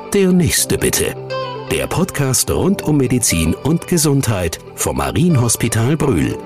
Der nächste bitte. Der Podcast rund um Medizin und Gesundheit vom Marienhospital Brühl.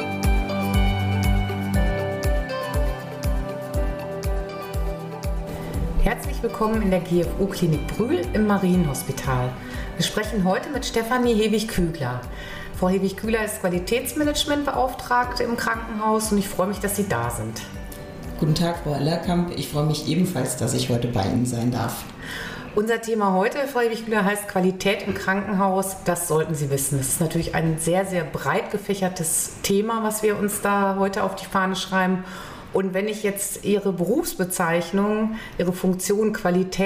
Herzlich willkommen in der GFU-Klinik Brühl im Marienhospital. Wir sprechen heute mit Stefanie Hewig-Kügler. Frau Hewig-Kügler ist Qualitätsmanagementbeauftragte im Krankenhaus und ich freue mich, dass Sie da sind. Guten Tag, Frau Ellerkamp. Ich freue mich ebenfalls, dass ich heute bei Ihnen sein darf. Unser Thema heute, Frau Hewig-Kügler, heißt Qualität im Krankenhaus. Das sollten Sie wissen. Das ist natürlich ein sehr, sehr breit gefächertes Thema, was wir uns da heute auf die Fahne schreiben. Und wenn ich jetzt Ihre Berufsbezeichnung, Ihre Funktion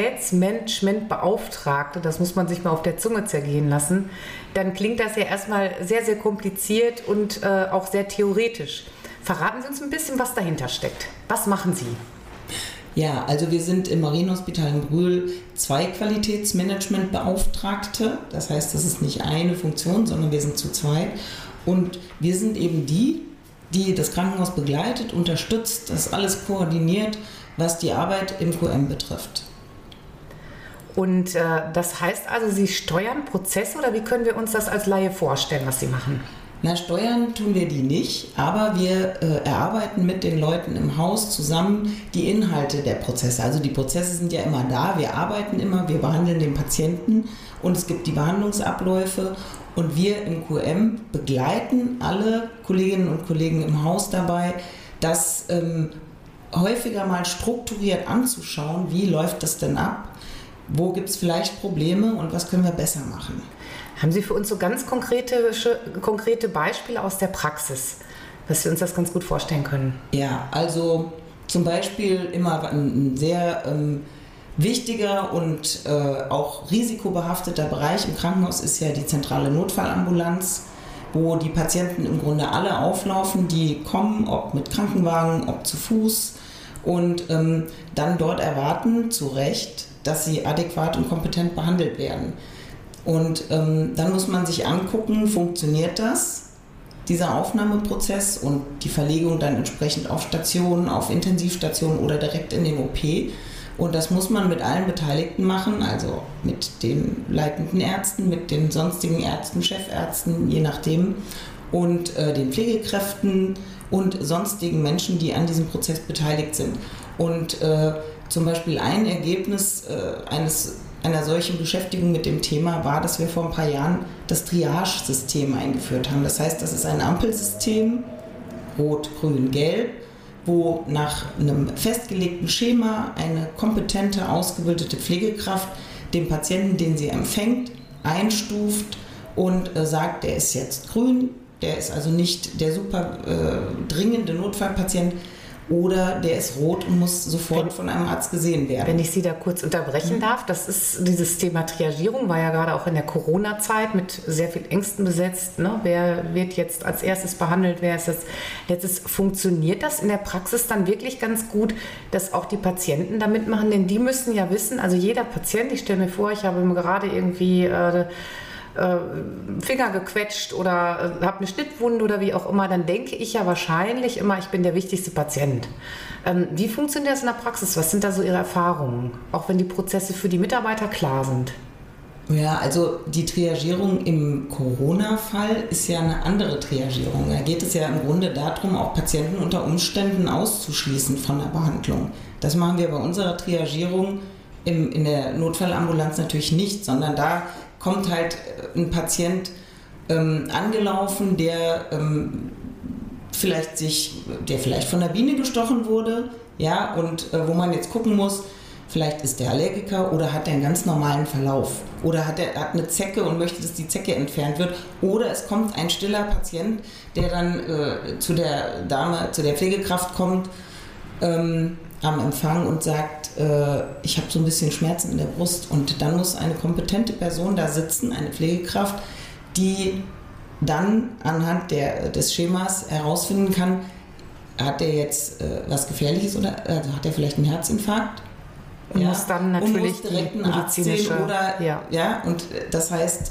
Qualitätsmanagementbeauftragte, das muss man sich mal auf der Zunge zergehen lassen, dann klingt das ja erstmal sehr, sehr kompliziert und auch sehr theoretisch. Verraten Sie uns ein bisschen, was dahinter steckt. Was machen Sie? Ja, also wir sind im Marienhospital in Brühl 2 Qualitätsmanagementbeauftragte. Das heißt, das ist nicht eine Funktion, sondern wir sind zu zweit. Und wir sind eben die das Krankenhaus begleitet, unterstützt, das alles koordiniert, was die Arbeit im QM betrifft. Und das heißt also, Sie steuern Prozesse oder wie können wir uns das als Laie vorstellen, was Sie machen? Na, steuern tun wir die nicht, aber wir erarbeiten mit den Leuten im Haus zusammen die Inhalte der Prozesse. Also die Prozesse sind ja immer da, wir arbeiten immer, wir behandeln den Patienten und es gibt die Behandlungsabläufe und wir im QM begleiten alle Kolleginnen und Kollegen im Haus dabei, das häufiger mal strukturiert anzuschauen, wie läuft das denn ab, wo gibt es vielleicht Probleme und was können wir besser machen. Haben Sie für uns so ganz konkrete Beispiele aus der Praxis, dass wir uns das ganz gut vorstellen können? Ja, also zum Beispiel immer ein sehr wichtiger und auch risikobehafteter Bereich im Krankenhaus ist ja die zentrale Notfallambulanz, wo die Patienten im Grunde alle auflaufen, die kommen, ob mit Krankenwagen, ob zu Fuß und dann dort erwarten, zu Recht, dass sie adäquat und kompetent behandelt werden. Und dann muss man sich angucken, funktioniert das, dieser Aufnahmeprozess und die Verlegung dann entsprechend auf Stationen, auf Intensivstationen oder direkt in den OP. Und das muss man mit allen Beteiligten machen, also mit den leitenden Ärzten, mit den sonstigen Ärzten, Chefärzten, je nachdem, und den Pflegekräften und sonstigen Menschen, die an diesem Prozess beteiligt sind. Und zum Beispiel ein Ergebnis einer solchen Beschäftigung mit dem Thema war, dass wir vor ein paar Jahren das Triage-System eingeführt haben. Das heißt, das ist ein Ampelsystem, Rot, Grün, Gelb, wo nach einem festgelegten Schema eine kompetente, ausgebildete Pflegekraft den Patienten, den sie empfängt, einstuft und sagt, der ist jetzt grün, der ist also nicht der super dringende Notfallpatient, oder der ist rot und muss sofort von einem Arzt gesehen werden. Wenn ich Sie da kurz unterbrechen darf, das ist dieses Thema Triagierung, war ja gerade auch in der Corona-Zeit mit sehr viel Ängsten besetzt. Ne? Wer wird jetzt als erstes behandelt, wer ist das letztes? Funktioniert das in der Praxis dann wirklich ganz gut, dass auch die Patienten da mitmachen? Denn die müssen ja wissen, also jeder Patient, ich stelle mir vor, ich habe gerade irgendwie Finger gequetscht oder habe eine Schnittwunde oder wie auch immer, dann denke ich ja wahrscheinlich immer, ich bin der wichtigste Patient. Wie funktioniert das in der Praxis? Was sind da so Ihre Erfahrungen? Auch wenn die Prozesse für die Mitarbeiter klar sind. Ja, also die Triagierung im Corona-Fall ist ja eine andere Triagierung. Da geht es ja im Grunde darum, auch Patienten unter Umständen auszuschließen von der Behandlung. Das machen wir bei unserer Triagierung in der Notfallambulanz natürlich nicht, sondern da kommt halt ein Patient angelaufen, der vielleicht von der Biene gestochen wurde, ja, und wo man jetzt gucken muss, vielleicht ist der Allergiker oder hat er einen ganz normalen Verlauf oder hat eine Zecke und möchte, dass die Zecke entfernt wird, oder es kommt ein stiller Patient, der dann zu der Pflegekraft kommt am Empfang und sagt, ich habe so ein bisschen Schmerzen in der Brust, und dann muss eine kompetente Person da sitzen, eine Pflegekraft, die dann anhand des Schemas herausfinden kann, hat der jetzt was Gefährliches oder hat er vielleicht einen Herzinfarkt? Und muss dann natürlich und muss direkt einen Arzt sehen oder ja, und das heißt,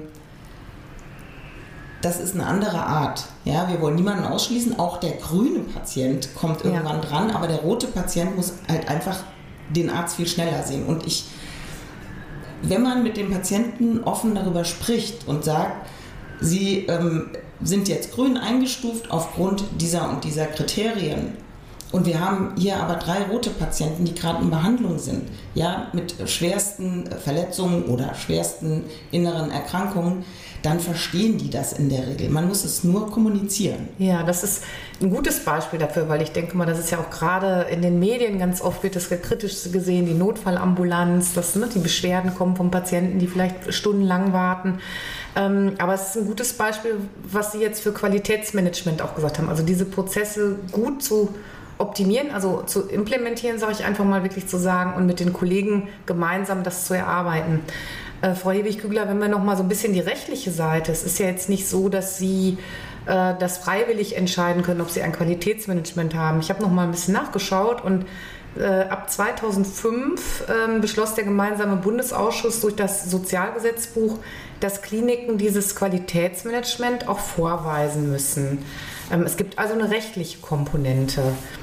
das ist eine andere Art. Ja, wir wollen niemanden ausschließen. Auch der grüne Patient kommt irgendwann dran, aber der rote Patient muss halt einfach den Arzt viel schneller sehen. Und wenn man mit dem Patienten offen darüber spricht und sagt, Sie sind jetzt grün eingestuft aufgrund dieser und dieser Kriterien, und wir haben hier aber 3 rote Patienten, die gerade in Behandlung sind, ja, mit schwersten Verletzungen oder schwersten inneren Erkrankungen, dann verstehen die das in der Regel. Man muss es nur kommunizieren. Ja, das ist ein gutes Beispiel dafür, weil ich denke mal, das ist ja auch gerade in den Medien ganz oft wird das kritisch gesehen, die Notfallambulanz, dass die Beschwerden kommen von Patienten, die vielleicht stundenlang warten. Aber es ist ein gutes Beispiel, was Sie jetzt für Qualitätsmanagement auch gesagt haben. Also diese Prozesse gut zu optimieren, also zu implementieren, sage ich einfach mal wirklich zu sagen und mit den Kollegen gemeinsam das zu erarbeiten. Frau Hebig-Kügler, wenn wir noch mal so ein bisschen die rechtliche Seite, es ist ja jetzt nicht so, dass Sie das freiwillig entscheiden können, ob Sie ein Qualitätsmanagement haben. Ich habe noch mal ein bisschen nachgeschaut und ab 2005 beschloss der gemeinsame Bundesausschuss durch das Sozialgesetzbuch, dass Kliniken dieses Qualitätsmanagement auch vorweisen müssen. Es gibt also eine rechtliche Komponente.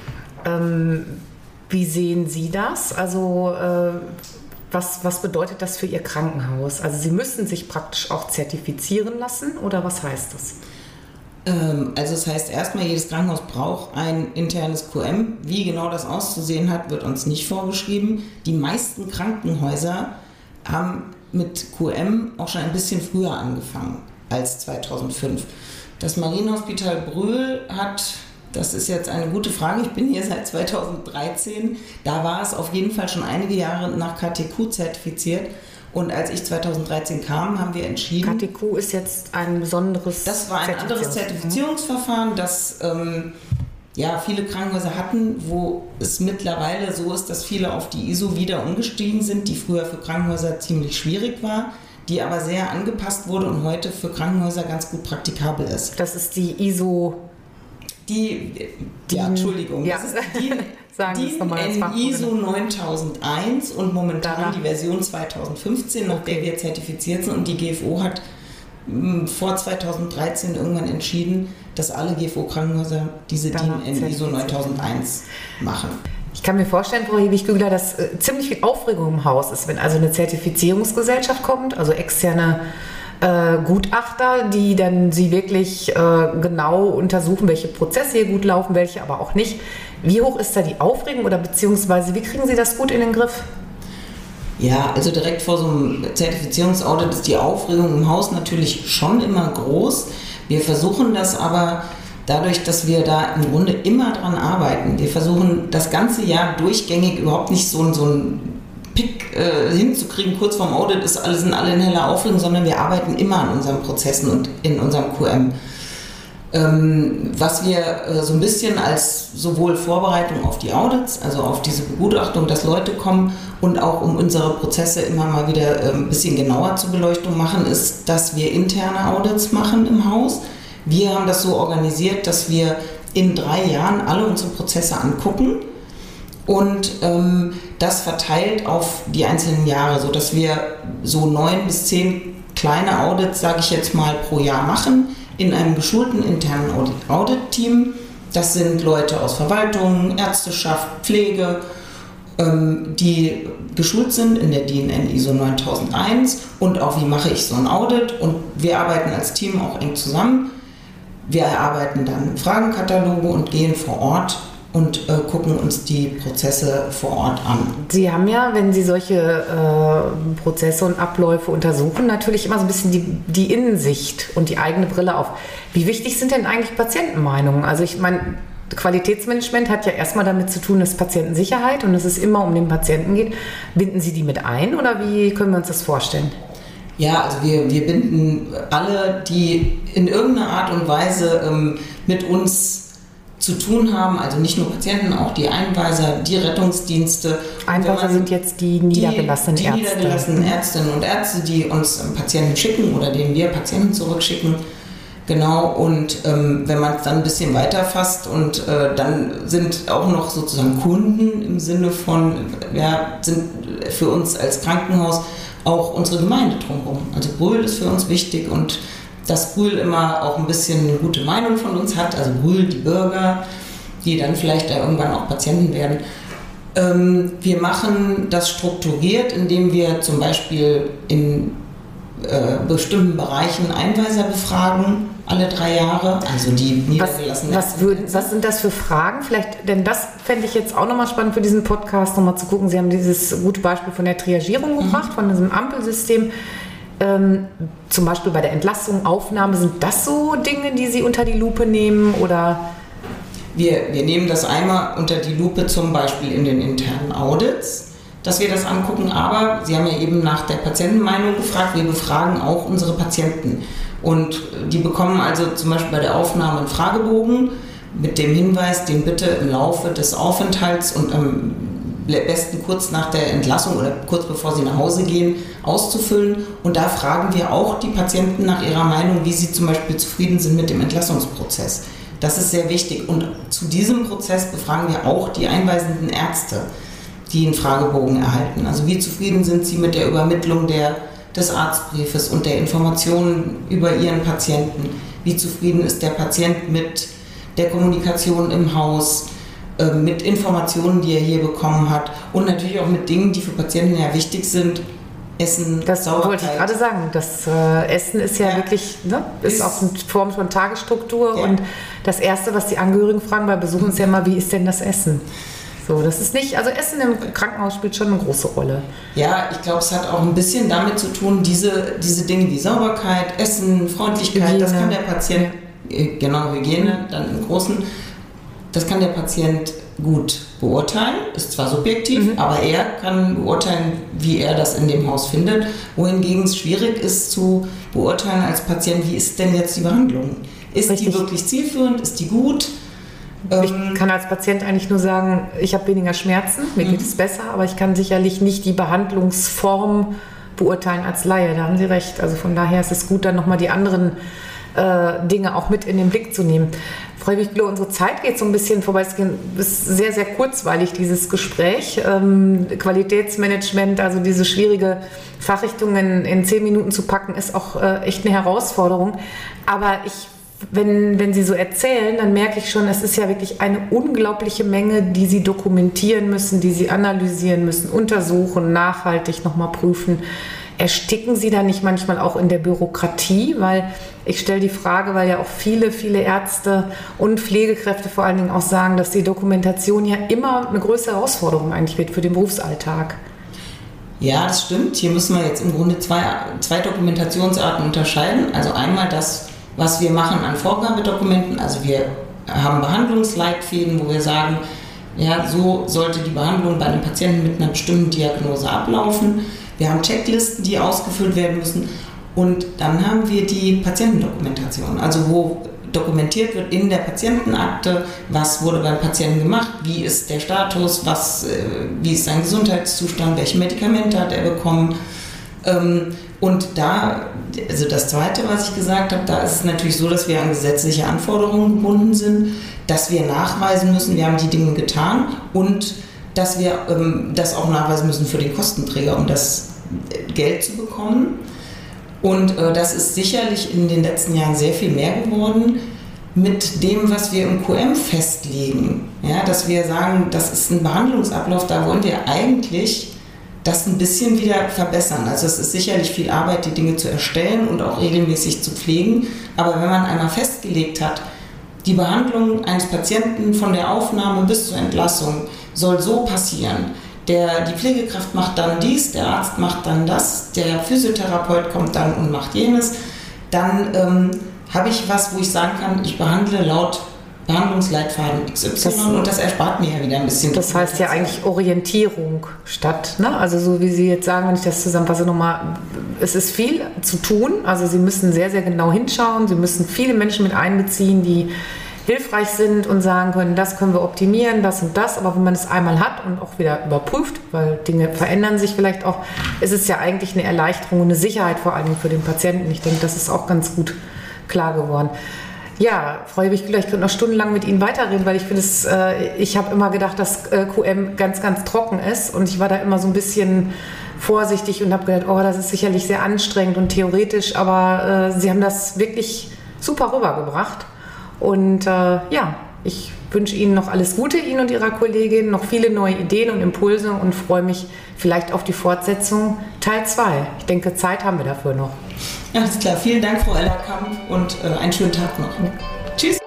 Wie sehen Sie das? Also was bedeutet das für Ihr Krankenhaus? Also Sie müssen sich praktisch auch zertifizieren lassen oder was heißt das? Also das heißt erstmal, jedes Krankenhaus braucht ein internes QM. Wie genau das auszusehen hat, wird uns nicht vorgeschrieben. Die meisten Krankenhäuser haben mit QM auch schon ein bisschen früher angefangen als 2005. Das Marienhospital Brühl hat, das ist jetzt eine gute Frage, ich bin hier seit 2013, da war es auf jeden Fall schon einige Jahre nach KTQ zertifiziert. Und als ich 2013 kam, haben wir entschieden... KTQ ist jetzt ein besonderes... Das war ein anderes Zertifizierungsverfahren, das viele Krankenhäuser hatten, wo es mittlerweile so ist, dass viele auf die ISO wieder umgestiegen sind, die früher für Krankenhäuser ziemlich schwierig war, die aber sehr angepasst wurde und heute für Krankenhäuser ganz gut praktikabel ist. Das ist die ISO... Entschuldigung. Ja. Das ist die ISO 9001 und momentan die Version 2015, nach der wir zertifiziert sind. Und die GFO hat vor 2013 irgendwann entschieden, dass alle GFO-Krankenhäuser diese DIN in ISO 9001 machen. Ich kann mir vorstellen, Frau Hebig-Kügler, dass ziemlich viel Aufregung im Haus ist, wenn also eine Zertifizierungsgesellschaft kommt, also externe Gutachter, die dann Sie wirklich genau untersuchen, welche Prozesse hier gut laufen, welche aber auch nicht. Wie hoch ist da die Aufregung oder beziehungsweise wie kriegen Sie das gut in den Griff? Ja, also direkt vor so einem Zertifizierungsaudit ist die Aufregung im Haus natürlich schon immer groß. Wir versuchen das aber dadurch, dass wir da im Grunde immer dran arbeiten. Wir versuchen das ganze Jahr durchgängig überhaupt nicht so ein Pick hinzukriegen, kurz vorm Audit sind alle in heller Aufregung, sondern wir arbeiten immer an unseren Prozessen und in unserem QM. Was wir so ein bisschen als sowohl Vorbereitung auf die Audits, also auf diese Begutachtung, dass Leute kommen und auch um unsere Prozesse immer mal wieder ein bisschen genauer zur Beleuchtung machen, ist, dass wir interne Audits machen im Haus. Wir haben das so organisiert, dass wir in 3 Jahren alle unsere Prozesse angucken und das verteilt auf die einzelnen Jahre, sodass wir so 9 bis 10 kleine Audits, sage ich jetzt mal, pro Jahr machen in einem geschulten internen Audit-Team. Das sind Leute aus Verwaltung, Ärzteschaft, Pflege, die geschult sind in der DIN ISO 9001 und auch wie mache ich so ein Audit, und wir arbeiten als Team auch eng zusammen. Wir erarbeiten dann Fragenkataloge und gehen vor Ort und gucken uns die Prozesse vor Ort an. Sie haben ja, wenn Sie solche Prozesse und Abläufe untersuchen, natürlich immer so ein bisschen die Innensicht und die eigene Brille auf. Wie wichtig sind denn eigentlich Patientenmeinungen? Also ich meine, Qualitätsmanagement hat ja erstmal damit zu tun, dass Patientensicherheit und dass es immer um den Patienten geht. Binden Sie die mit ein oder wie können wir uns das vorstellen? Ja, also wir binden alle, die in irgendeiner Art und Weise mit uns zu tun haben, also nicht nur Patienten, auch die Einweiser, die Rettungsdienste. Einweiser sind jetzt die niedergelassenen Ärzte. Die niedergelassenen Ärztinnen und Ärzte, die uns Patienten schicken oder denen wir Patienten zurückschicken. Genau, und wenn man es dann ein bisschen weiter fasst und dann sind auch noch sozusagen Kunden im Sinne von, sind für uns als Krankenhaus auch unsere Gemeinde drumherum. Also Brühl ist für uns wichtig und dass Brühl immer auch ein bisschen eine gute Meinung von uns hat, also Brühl, die Bürger, die dann vielleicht irgendwann auch Patienten werden. Wir machen das strukturiert, indem wir zum Beispiel in bestimmten Bereichen Einweiser befragen, alle 3 Jahre, also die niedergelassenen. Was sind das für Fragen? Vielleicht, denn das fände ich jetzt auch nochmal spannend für diesen Podcast, nochmal zu gucken. Sie haben dieses gute Beispiel von der Triagierung gebracht, von diesem Ampelsystem. Zum Beispiel bei der Entlassung, Aufnahme, sind das so Dinge, die Sie unter die Lupe nehmen oder? Wir nehmen das einmal unter die Lupe, zum Beispiel in den internen Audits, dass wir das angucken, aber Sie haben ja eben nach der Patientenmeinung gefragt, wir befragen auch unsere Patienten und die bekommen also zum Beispiel bei der Aufnahme einen Fragebogen mit dem Hinweis, den bitte im Laufe des Aufenthalts und am besten kurz nach der Entlassung oder kurz bevor sie nach Hause gehen, auszufüllen. Und da fragen wir auch die Patienten nach ihrer Meinung, wie sie zum Beispiel zufrieden sind mit dem Entlassungsprozess. Das ist sehr wichtig. Und zu diesem Prozess befragen wir auch die einweisenden Ärzte, die einen Fragebogen erhalten. Also wie zufrieden sind sie mit der Übermittlung des Arztbriefes und der Informationen über ihren Patienten? Wie zufrieden ist der Patient mit der Kommunikation im Haus, mit Informationen, die er hier bekommen hat und natürlich auch mit Dingen, die für Patienten ja wichtig sind. Essen, das Sauberkeit. Wollte ich gerade sagen. Das Essen ist ja wirklich, ist auch eine Form von Tagesstruktur und das Erste, was die Angehörigen fragen bei Besuchen, ist ja immer, wie ist denn das Essen? So, das ist nicht, also Essen im Krankenhaus spielt schon eine große Rolle. Ja, ich glaube, es hat auch ein bisschen damit zu tun, diese Dinge wie Sauberkeit, Essen, Freundlichkeit, Hygiene. Das kann der Patient, Hygiene, dann im Großen, das kann der Patient gut beurteilen, ist zwar subjektiv, aber er kann beurteilen, wie er das in dem Haus findet, wohingegen es schwierig ist zu beurteilen als Patient, wie ist denn jetzt die Behandlung? Ist die wirklich zielführend? Ist die gut? Ich kann als Patient eigentlich nur sagen, ich habe weniger Schmerzen, mir geht es besser, aber ich kann sicherlich nicht die Behandlungsform beurteilen als Laie, da haben Sie recht. Also von daher ist es gut, dann nochmal die anderen Dinge auch mit in den Blick zu nehmen. Frau Wichlow, unsere Zeit geht so ein bisschen vorbei. Es ist sehr, sehr kurzweilig, dieses Gespräch. Qualitätsmanagement, also diese schwierige Fachrichtungen in 10 Minuten zu packen, ist auch echt eine Herausforderung. Aber wenn Sie so erzählen, dann merke ich schon, es ist ja wirklich eine unglaubliche Menge, die Sie dokumentieren müssen, die Sie analysieren müssen, untersuchen, nachhaltig nochmal prüfen. Ersticken Sie da nicht manchmal auch in der Bürokratie? Weil ich stelle die Frage, weil ja auch viele, viele Ärzte und Pflegekräfte vor allen Dingen auch sagen, dass die Dokumentation ja immer eine größere Herausforderung eigentlich wird für den Berufsalltag. Ja, das stimmt. Hier müssen wir jetzt im Grunde zwei Dokumentationsarten unterscheiden. Also einmal das, was wir machen an Vorgabedokumenten. Also wir haben Behandlungsleitfäden, wo wir sagen, ja, so sollte die Behandlung bei einem Patienten mit einer bestimmten Diagnose ablaufen. Wir haben Checklisten, die ausgefüllt werden müssen. Und dann haben wir die Patientendokumentation, also wo dokumentiert wird in der Patientenakte, was wurde beim Patienten gemacht, wie ist der Status, wie ist sein Gesundheitszustand, welche Medikamente hat er bekommen. Und da, also das Zweite, was ich gesagt habe, da ist es natürlich so, dass wir an gesetzliche Anforderungen gebunden sind, dass wir nachweisen müssen, wir haben die Dinge getan und dass wir das auch nachweisen müssen für den Kostenträger, um das Geld zu bekommen. Und das ist sicherlich in den letzten Jahren sehr viel mehr geworden mit dem, was wir im QM festlegen. Ja, dass wir sagen, das ist ein Behandlungsablauf, da wollen wir eigentlich das ein bisschen wieder verbessern. Also es ist sicherlich viel Arbeit, die Dinge zu erstellen und auch regelmäßig zu pflegen. Aber wenn man einmal festgelegt hat, die Behandlung eines Patienten von der Aufnahme bis zur Entlassung soll so passieren. Die Pflegekraft macht dann dies, der Arzt macht dann das, der Physiotherapeut kommt dann und macht jenes. Dann habe ich was, wo ich sagen kann, ich behandle laut Behandlungsleitfaden XY und das erspart mir ja wieder ein bisschen. Das heißt ja eigentlich Orientierung statt, ne? Also so wie Sie jetzt sagen, wenn ich das zusammenfasse nochmal, es ist viel zu tun, also Sie müssen sehr, sehr genau hinschauen, Sie müssen viele Menschen mit einbeziehen, die hilfreich sind und sagen können, das können wir optimieren, das und das, aber wenn man es einmal hat und auch wieder überprüft, weil Dinge verändern sich vielleicht auch, ist es ja eigentlich eine Erleichterung und eine Sicherheit vor allem für den Patienten. Ich denke, das ist auch ganz gut klar geworden. Ja, Frau Wichlow, ich könnte noch stundenlang mit Ihnen weiterreden, weil ich finde ich habe immer gedacht, dass QM ganz, ganz trocken ist und ich war da immer so ein bisschen vorsichtig und habe gedacht, oh, das ist sicherlich sehr anstrengend und theoretisch, aber Sie haben das wirklich super rübergebracht und ich wünsche Ihnen noch alles Gute, Ihnen und Ihrer Kollegin, noch viele neue Ideen und Impulse und freue mich vielleicht auf die Fortsetzung Teil 2. Ich denke, Zeit haben wir dafür noch. Alles klar, vielen Dank, Frau Ellerkamp, und einen schönen Tag noch. Tschüss.